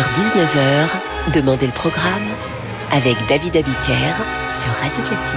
18h-19h, Demandez le programme avec David Abiker sur Radio Classique.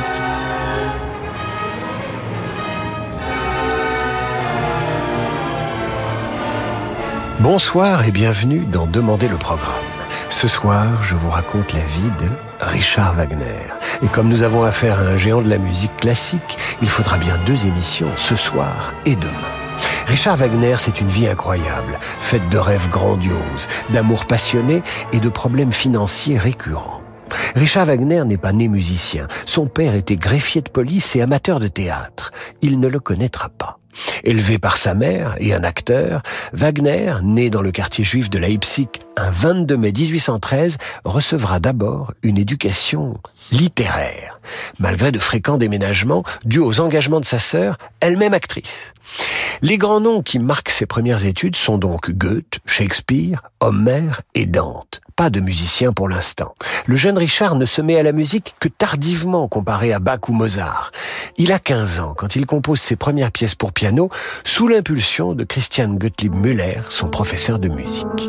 Bonsoir et bienvenue dans Demandez le programme. Ce soir, je vous raconte la vie de Richard Wagner. Et comme nous avons affaire à un géant de la musique classique, il faudra bien 2 émissions, ce soir et demain. Richard Wagner, c'est une vie incroyable, faite de rêves grandioses, d'amour passionné et de problèmes financiers récurrents. Richard Wagner n'est pas né musicien. Son père était greffier de police et amateur de théâtre. Il ne le connaîtra pas. Élevé par sa mère et un acteur, Wagner, né dans le quartier juif de Leipzig un 22 mai 1813, recevra d'abord une éducation littéraire, malgré de fréquents déménagements dus aux engagements de sa sœur, elle-même actrice. Les grands noms qui marquent ses premières études sont donc Goethe, Shakespeare, Homère et Dante. Pas de musicien pour l'instant. Le jeune Richard ne se met à la musique que tardivement comparé à Bach ou Mozart. Il a 15 ans quand il compose ses premières pièces pour piano sous l'impulsion de Christian Gottlieb Müller, son professeur de musique.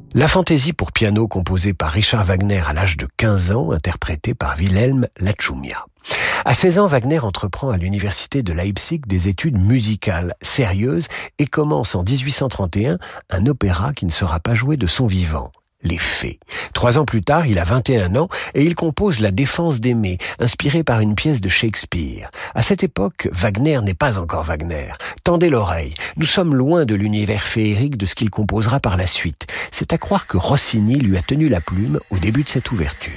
La fantaisie pour piano composée par Richard Wagner à l'âge de 15 ans, interprétée par Wilhelm Lacumia. À 16 ans, Wagner entreprend à l'université de Leipzig des études musicales sérieuses et commence en 1831 un opéra qui ne sera pas joué de son vivant. Les Fées. 3 ans plus tard, il a 21 ans et il compose La Défense d'aimer, inspirée par une pièce de Shakespeare. À cette époque, Wagner n'est pas encore Wagner. Tendez l'oreille. Nous sommes loin de l'univers féerique de ce qu'il composera par la suite. C'est à croire que Rossini lui a tenu la plume au début de cette ouverture.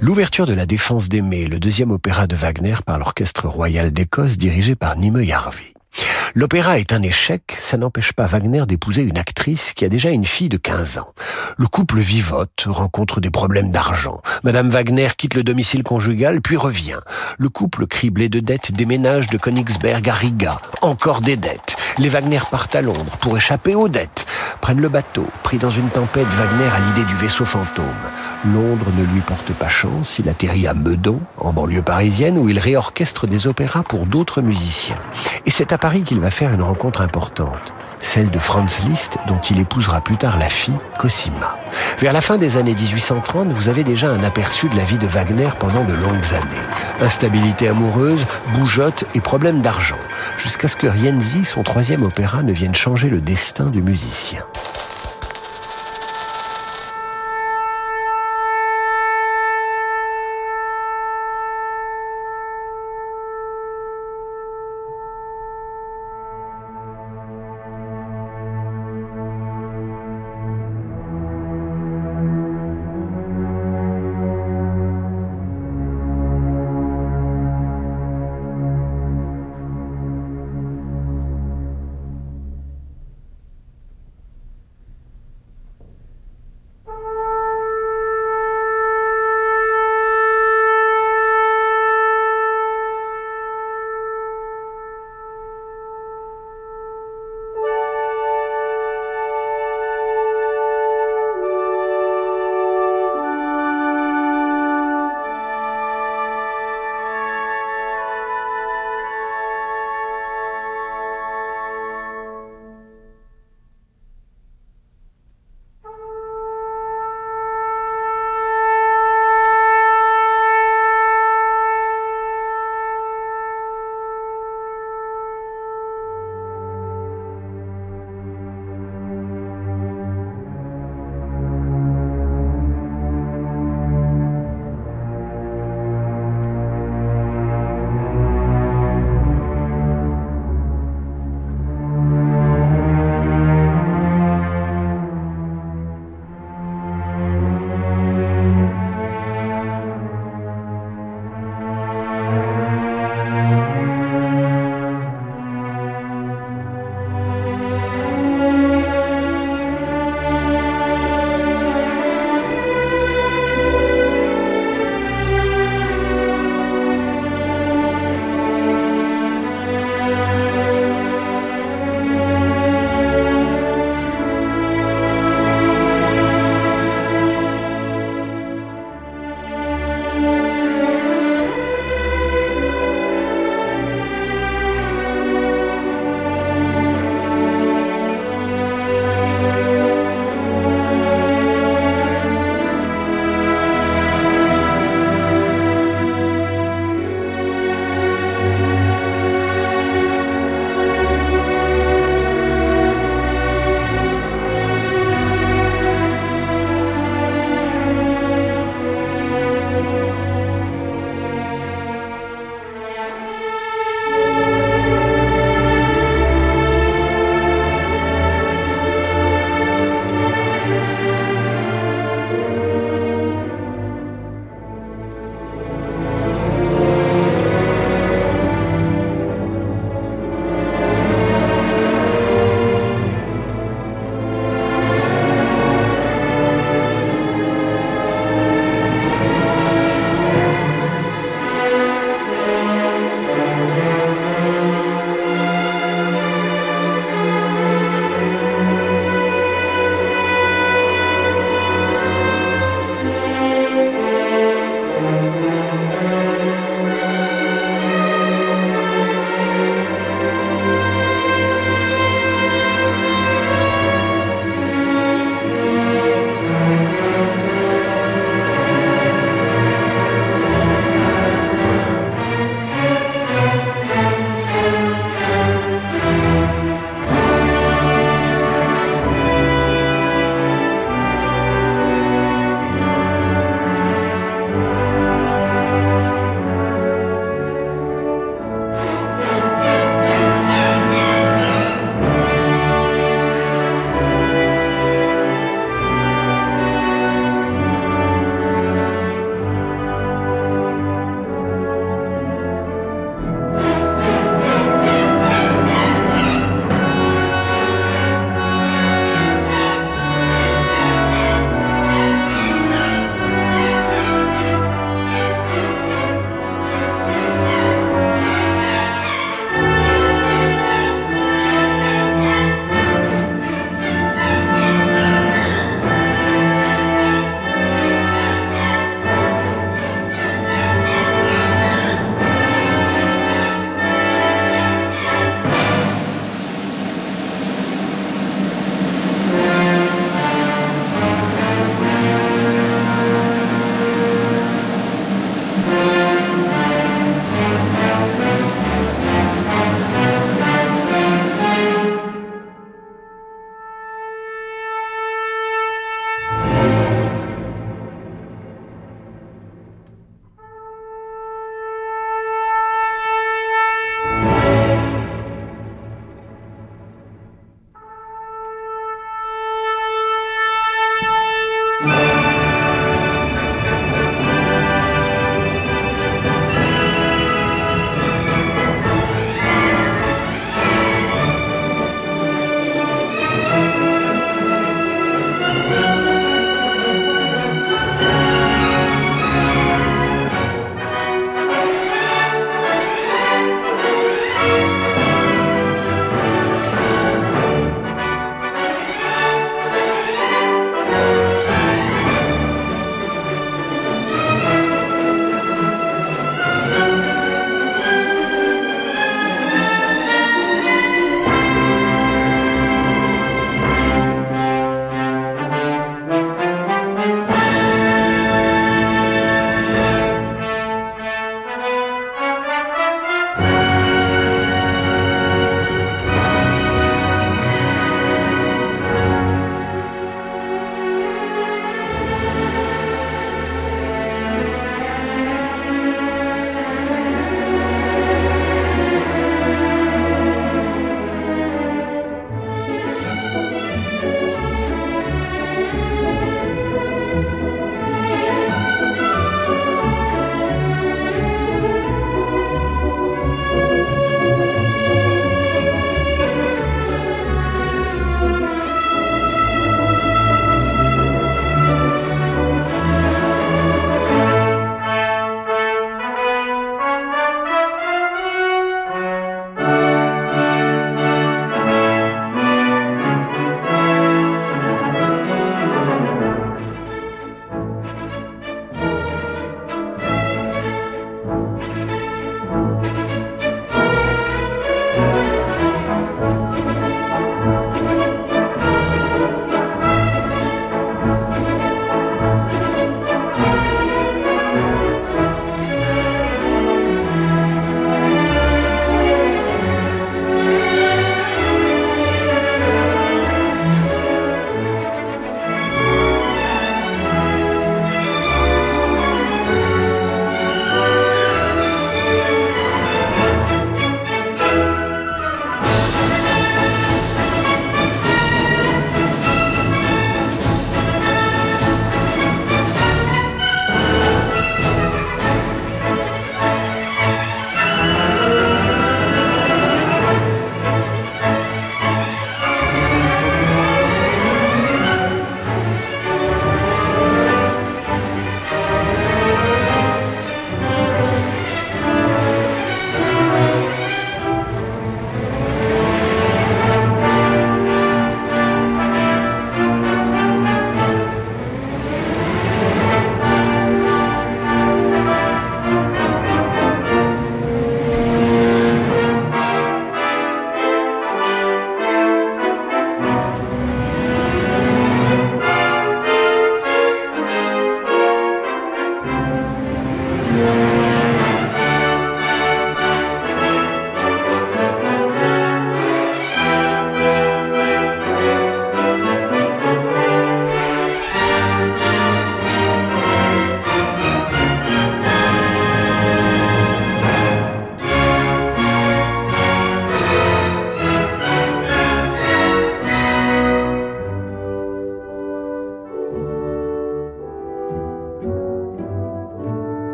L'ouverture de La Défense d'aimer, le deuxième opéra de Wagner par l'Orchestre royal d'Écosse dirigé par Nimue Harvey. L'opéra est un échec, ça n'empêche pas Wagner d'épouser une actrice qui a déjà une fille de 15 ans. Le couple vivote, rencontre des problèmes d'argent. Madame Wagner quitte le domicile conjugal, puis revient. Le couple, criblé de dettes, déménage de Königsberg à Riga. Encore des dettes. Les Wagner partent à Londres pour échapper aux dettes. Prennent le bateau. Pris dans une tempête, Wagner a l'idée du vaisseau fantôme. Londres ne lui porte pas chance. Il atterrit à Meudon, en banlieue parisienne, où il réorchestre des opéras pour d'autres musiciens. Et c'est à Paris qu'il va faire une rencontre importante, celle de Franz Liszt, dont il épousera plus tard la fille, Cosima. Vers la fin des années 1830, vous avez déjà un aperçu de la vie de Wagner pendant de longues années. Instabilité amoureuse, bougeotte et problème d'argent, jusqu'à ce que Rienzi, son troisième opéra, ne vienne changer le destin du musicien.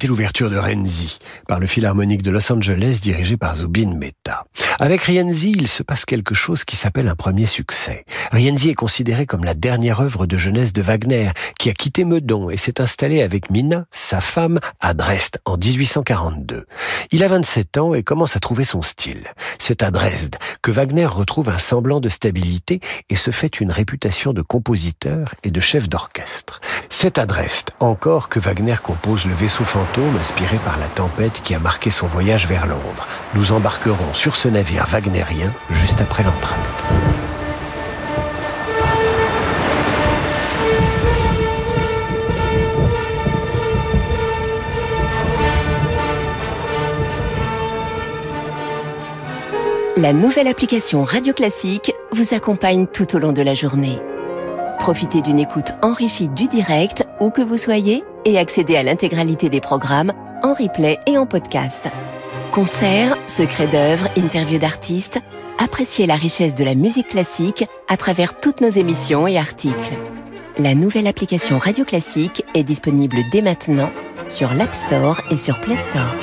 C'était l'ouverture de Rienzi par le Philharmonique de Los Angeles dirigé par Zubin Mehta. Avec Rienzi, il se passe quelque chose qui s'appelle un premier succès. Rienzi est considéré comme la dernière œuvre de jeunesse de Wagner, qui a quitté Meudon et s'est installé avec Mina, sa femme, à Dresde en 1842. Il a 27 ans et commence à trouver son style. C'est à Dresde que Wagner retrouve un semblant de stabilité et se fait une réputation de compositeur et de chef d'orchestre. C'est à Dresde encore que Wagner compose le vaisseau fantôme inspiré par la tempête qui a marqué son voyage vers Londres. Nous embarquerons sur ce navire wagnérien juste après l'entracte. La nouvelle application Radio Classique vous accompagne tout au long de la journée. Profitez d'une écoute enrichie du direct, où que vous soyez, et accédez à l'intégralité des programmes en replay et en podcast. Concerts, secrets d'œuvres, interviews d'artistes, appréciez la richesse de la musique classique à travers toutes nos émissions et articles. La nouvelle application Radio Classique est disponible dès maintenant sur l'App Store et sur Play Store.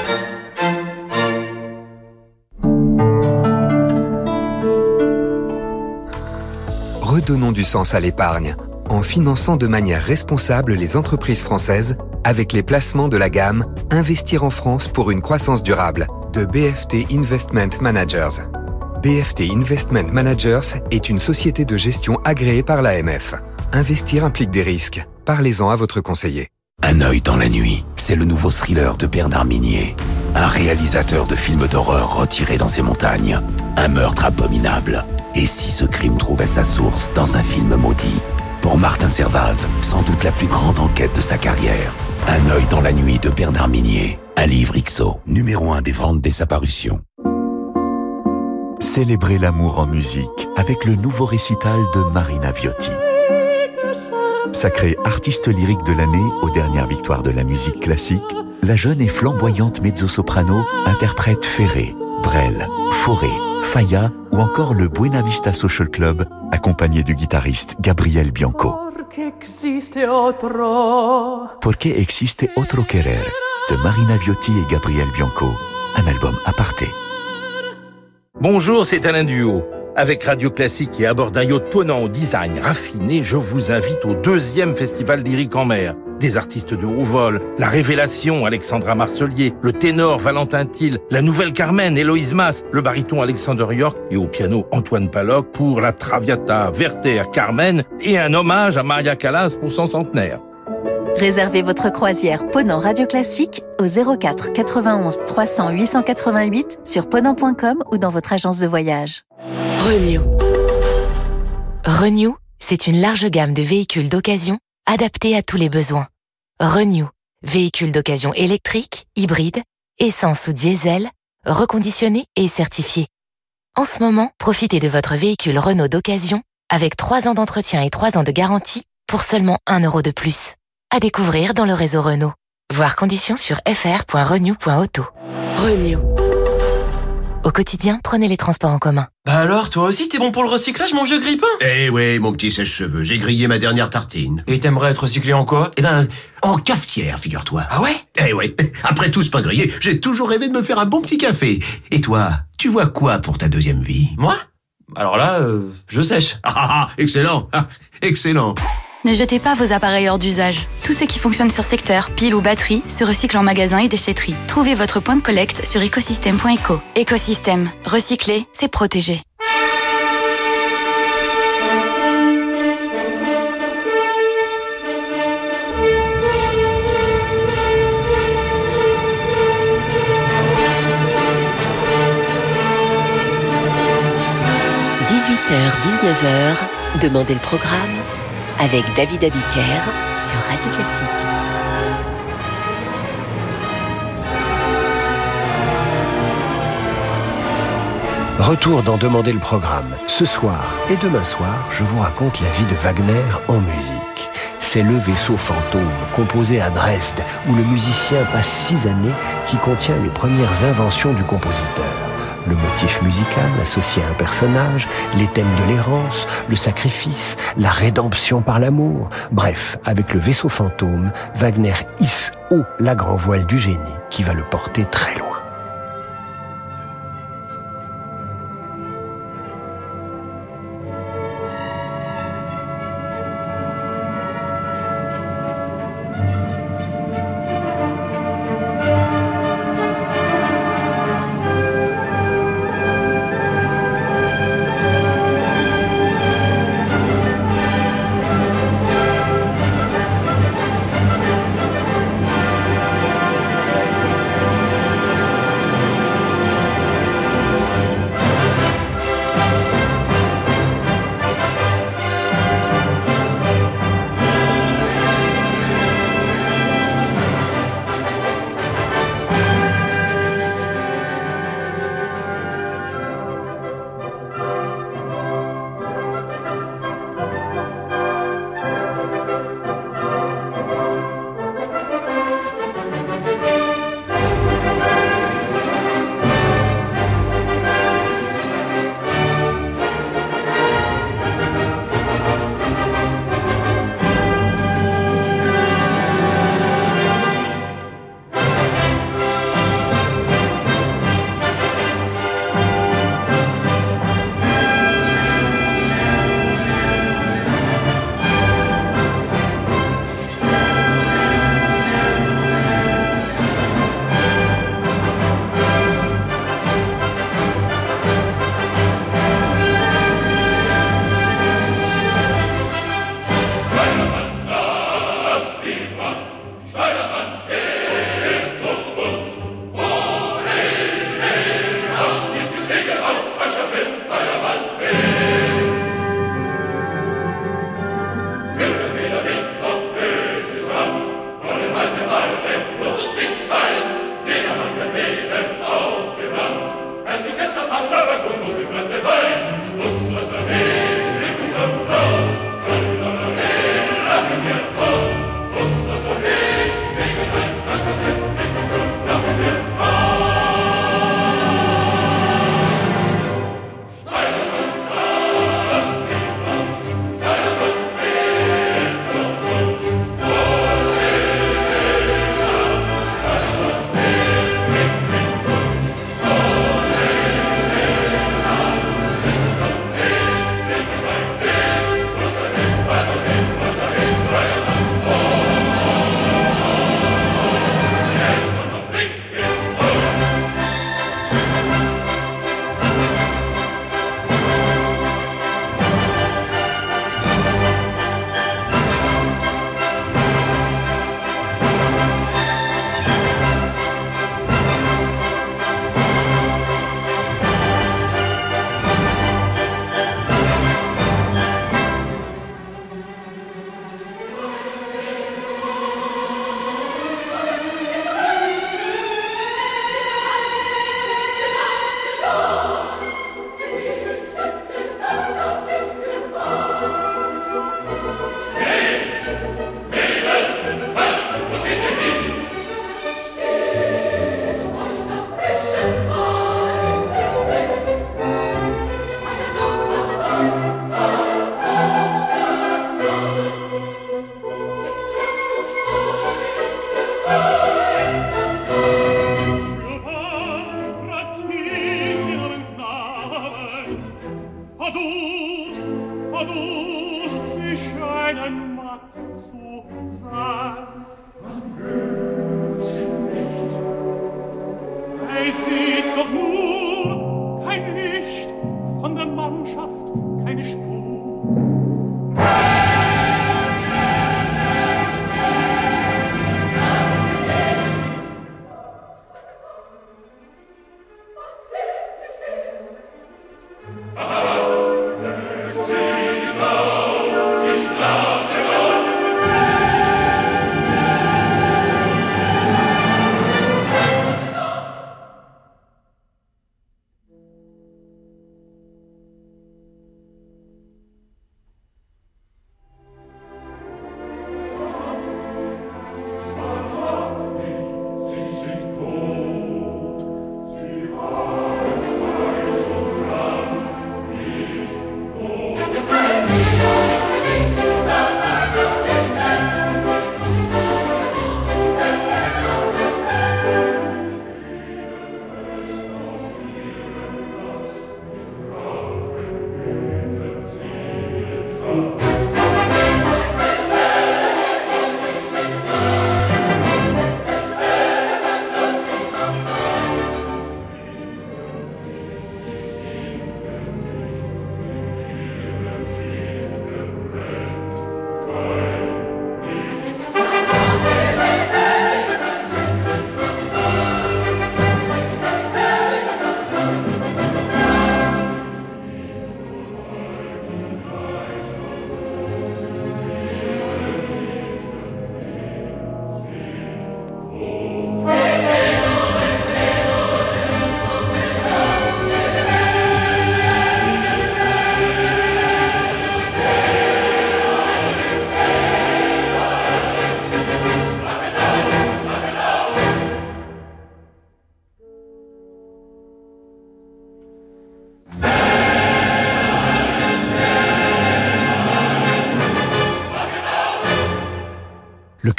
Redonnons du sens à l'épargne en finançant de manière responsable les entreprises françaises avec les placements de la gamme Investir en France pour une croissance durable de BFT Investment Managers. BFT Investment Managers est une société de gestion agréée par l'AMF. Investir implique des risques. Parlez-en à votre conseiller. Un œil dans la nuit, c'est le nouveau thriller de Bernard Minier. Un réalisateur de films d'horreur retiré dans ces montagnes. Un meurtre abominable. Et si ce crime trouvait sa source dans un film maudit? Pour Martin Servaz, sans doute la plus grande enquête de sa carrière. Un œil dans la nuit de Bernard Minier. Un livre XO, numéro 1 des ventes dès sa parution. Célébrez l'amour en musique avec le nouveau récital de Marina Viotti. Sacrée artiste lyrique de l'année aux dernières victoires de la musique classique, la jeune et flamboyante mezzo-soprano interprète Ferré, Brel, Fauré, Falla ou encore le Buena Vista Social Club, accompagné du guitariste Gabriel Bianco. Porque existe otro querer de Marina Viotti et Gabriel Bianco, un album aparté. Bonjour, c'est Alain Duhaut. Avec Radio Classique et à bord d'un yacht ponant au design raffiné, je vous invite au 2e Festival lyrique en mer. Des artistes de haut vol, la révélation Alexandra Marcelier, le ténor Valentin Thiel, la nouvelle Carmen Héloïse Mas, le baryton Alexander York et au piano Antoine Paloc pour la Traviata Werther Carmen et un hommage à Maria Callas pour son centenaire. Réservez votre croisière Ponant Radio Classique au 04 91 300 888 sur ponant.com ou dans votre agence de voyage. Renew. Renew, c'est une large gamme de véhicules d'occasion adaptés à tous les besoins. Renew, véhicules d'occasion électriques, hybrides, essence ou diesel, reconditionnés et certifiés. En ce moment, profitez de votre véhicule Renault d'occasion avec 3 ans d'entretien et 3 ans de garantie pour seulement 1 € de plus. À découvrir dans le réseau Renault. Voir conditions sur fr.renew.auto. Renew. Au quotidien, prenez les transports en commun. Bah alors, toi aussi, t'es bon pour le recyclage, mon vieux grippin? Eh ouais, mon petit sèche-cheveux, j'ai grillé ma dernière tartine. Et t'aimerais être recyclé en quoi? Eh ben, en cafetière, figure-toi. Ah ouais? Eh ouais, après tout ce pain grillé, j'ai toujours rêvé de me faire un bon petit café. Et toi, tu vois quoi pour ta deuxième vie? Moi? Alors là, je sèche. Ah, excellent, excellent. Ne jetez pas vos appareils hors d'usage. Tout ce qui fonctionne sur secteur, pile ou batterie, se recycle en magasin et déchetterie. Trouvez votre point de collecte sur écosystème.eco. Écosystème. Recycler, c'est protéger. – 18h-19h, Demandez le programme avec David Abiker sur Radio Classique. Retour dans Demandez le programme. Ce soir et demain soir, je vous raconte la vie de Wagner en musique. C'est le vaisseau fantôme, composé à Dresde, où le musicien passe 6 années, qui contient les premières inventions du compositeur. Le motif musical associé à un personnage, les thèmes de l'errance, le sacrifice, la rédemption par l'amour. Bref, avec le vaisseau fantôme, Wagner hisse haut la grand voile du génie qui va le porter très loin.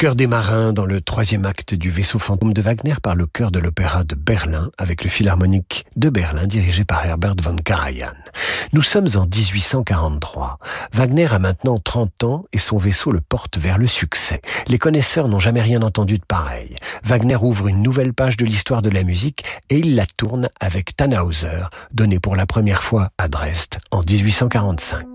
Chœur des marins dans le 3e acte du Vaisseau fantôme de Wagner par le chœur de l'Opéra de Berlin avec le Philharmonique de Berlin dirigé par Herbert von Karajan. Nous sommes en 1843. Wagner a maintenant 30 ans et son vaisseau le porte vers le succès. Les connaisseurs n'ont jamais rien entendu de pareil. Wagner ouvre une nouvelle page de l'histoire de la musique et il la tourne avec Tannhäuser, donné pour la première fois à Dresde en 1845.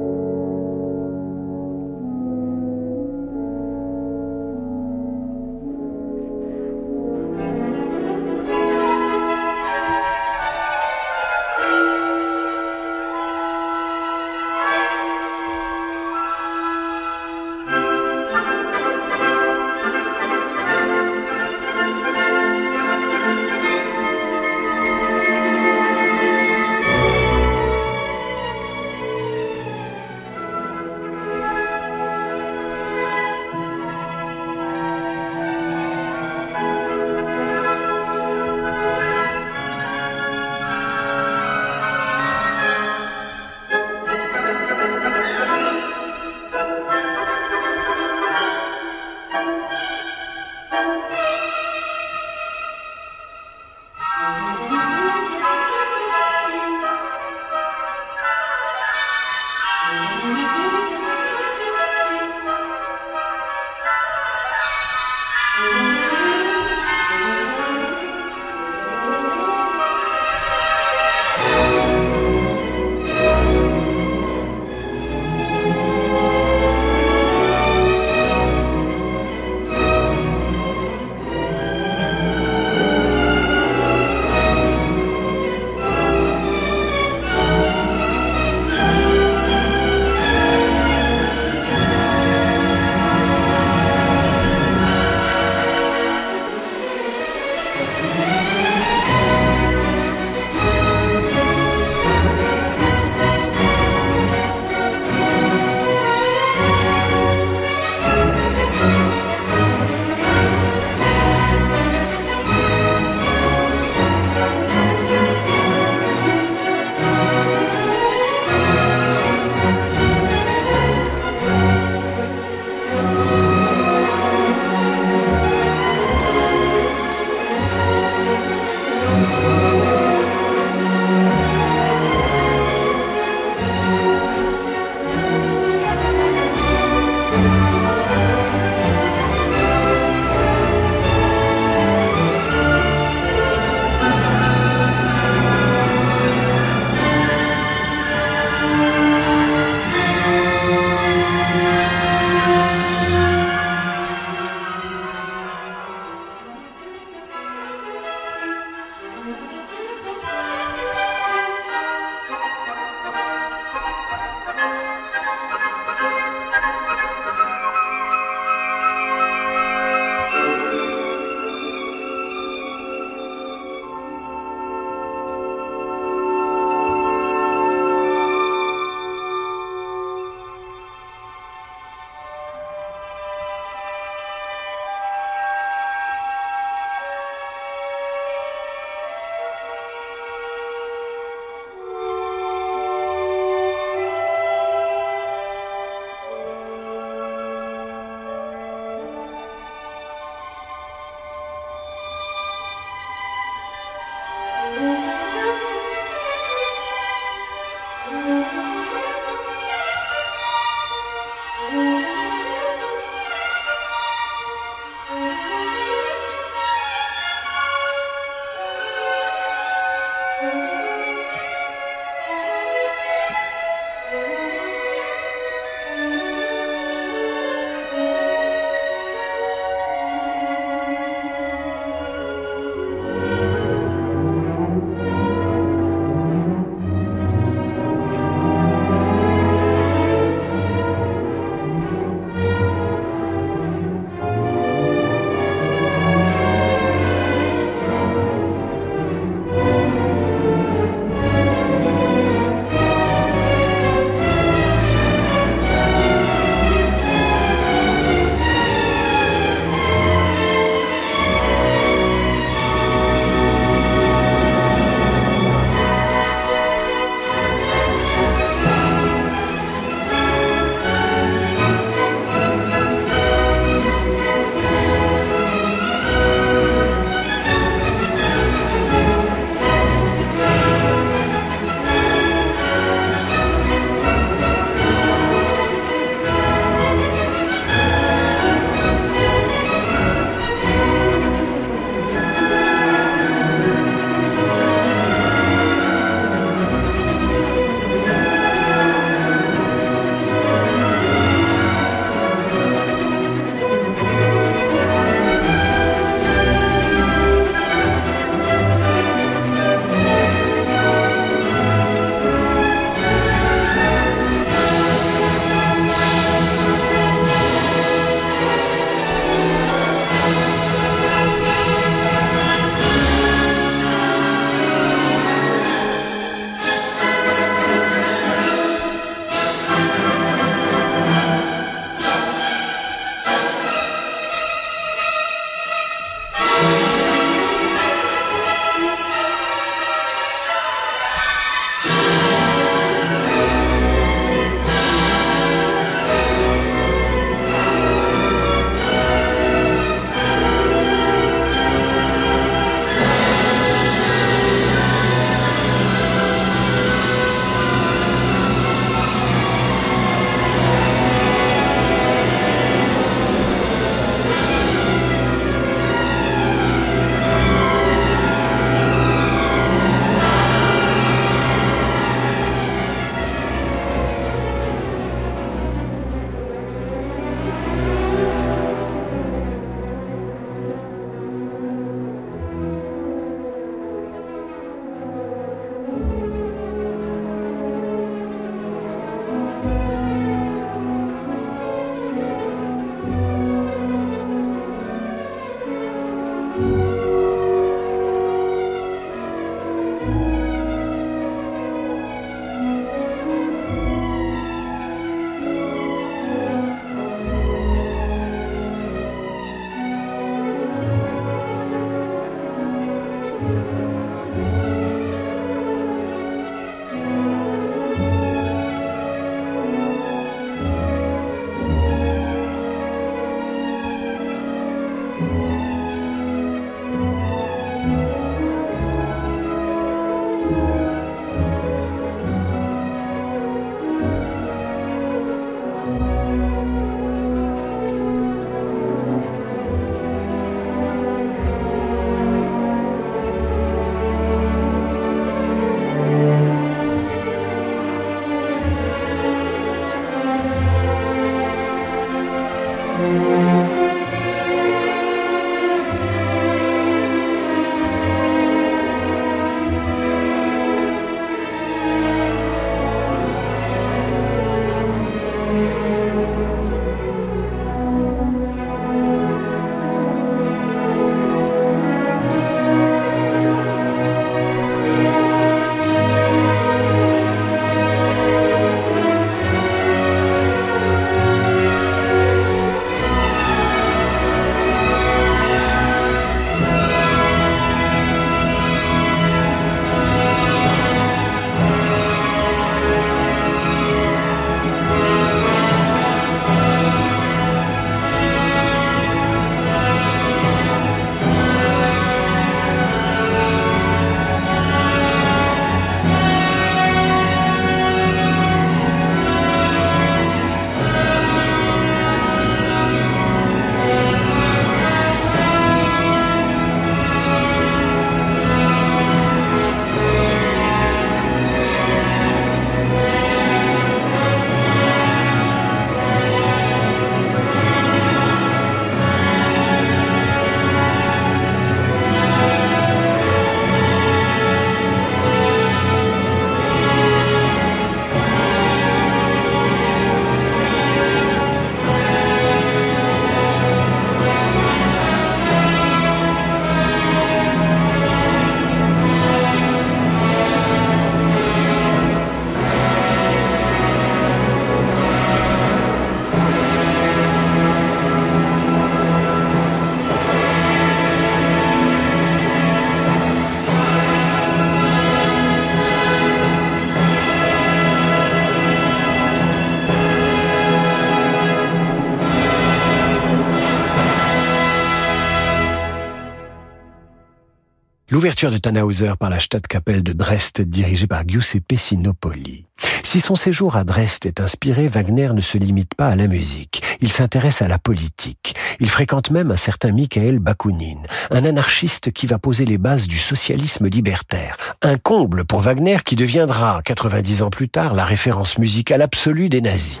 L'ouverture de Tannhäuser par la Stadtkapelle de Dresde, dirigée par Giuseppe Sinopoli. Si son séjour à Dresde est inspiré, Wagner ne se limite pas à la musique. Il s'intéresse à la politique. Il fréquente même un certain Mikhail Bakounine, un anarchiste qui va poser les bases du socialisme libertaire. Un comble pour Wagner qui deviendra, 90 ans plus tard, la référence musicale absolue des nazis.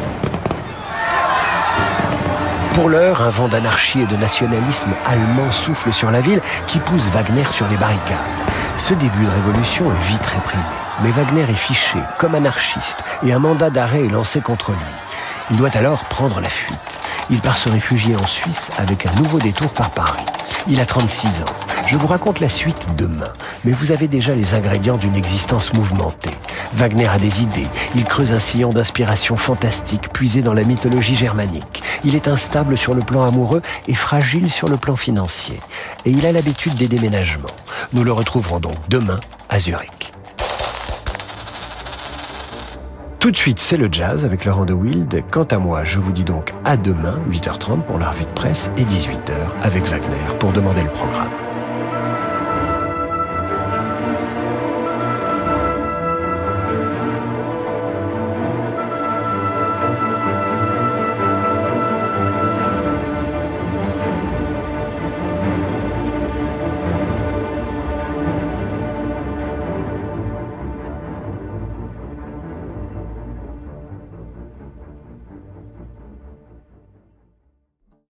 Pour l'heure, un vent d'anarchie et de nationalisme allemand souffle sur la ville qui pousse Wagner sur les barricades. Ce début de révolution est vite réprimé. Mais Wagner est fiché comme anarchiste et un mandat d'arrêt est lancé contre lui. Il doit alors prendre la fuite. Il part se réfugier en Suisse avec un nouveau détour par Paris. Il a 36 ans. Je vous raconte la suite demain, mais vous avez déjà les ingrédients d'une existence mouvementée. Wagner a des idées, il creuse un sillon d'inspiration fantastique puisé dans la mythologie germanique. Il est instable sur le plan amoureux et fragile sur le plan financier. Et il a l'habitude des déménagements. Nous le retrouverons donc demain à Zurich. Tout de suite, c'est le jazz avec Laurent de Wild. Quant à moi, je vous dis donc à demain, 8h30 pour la revue de presse et 18h avec Wagner pour demander le programme.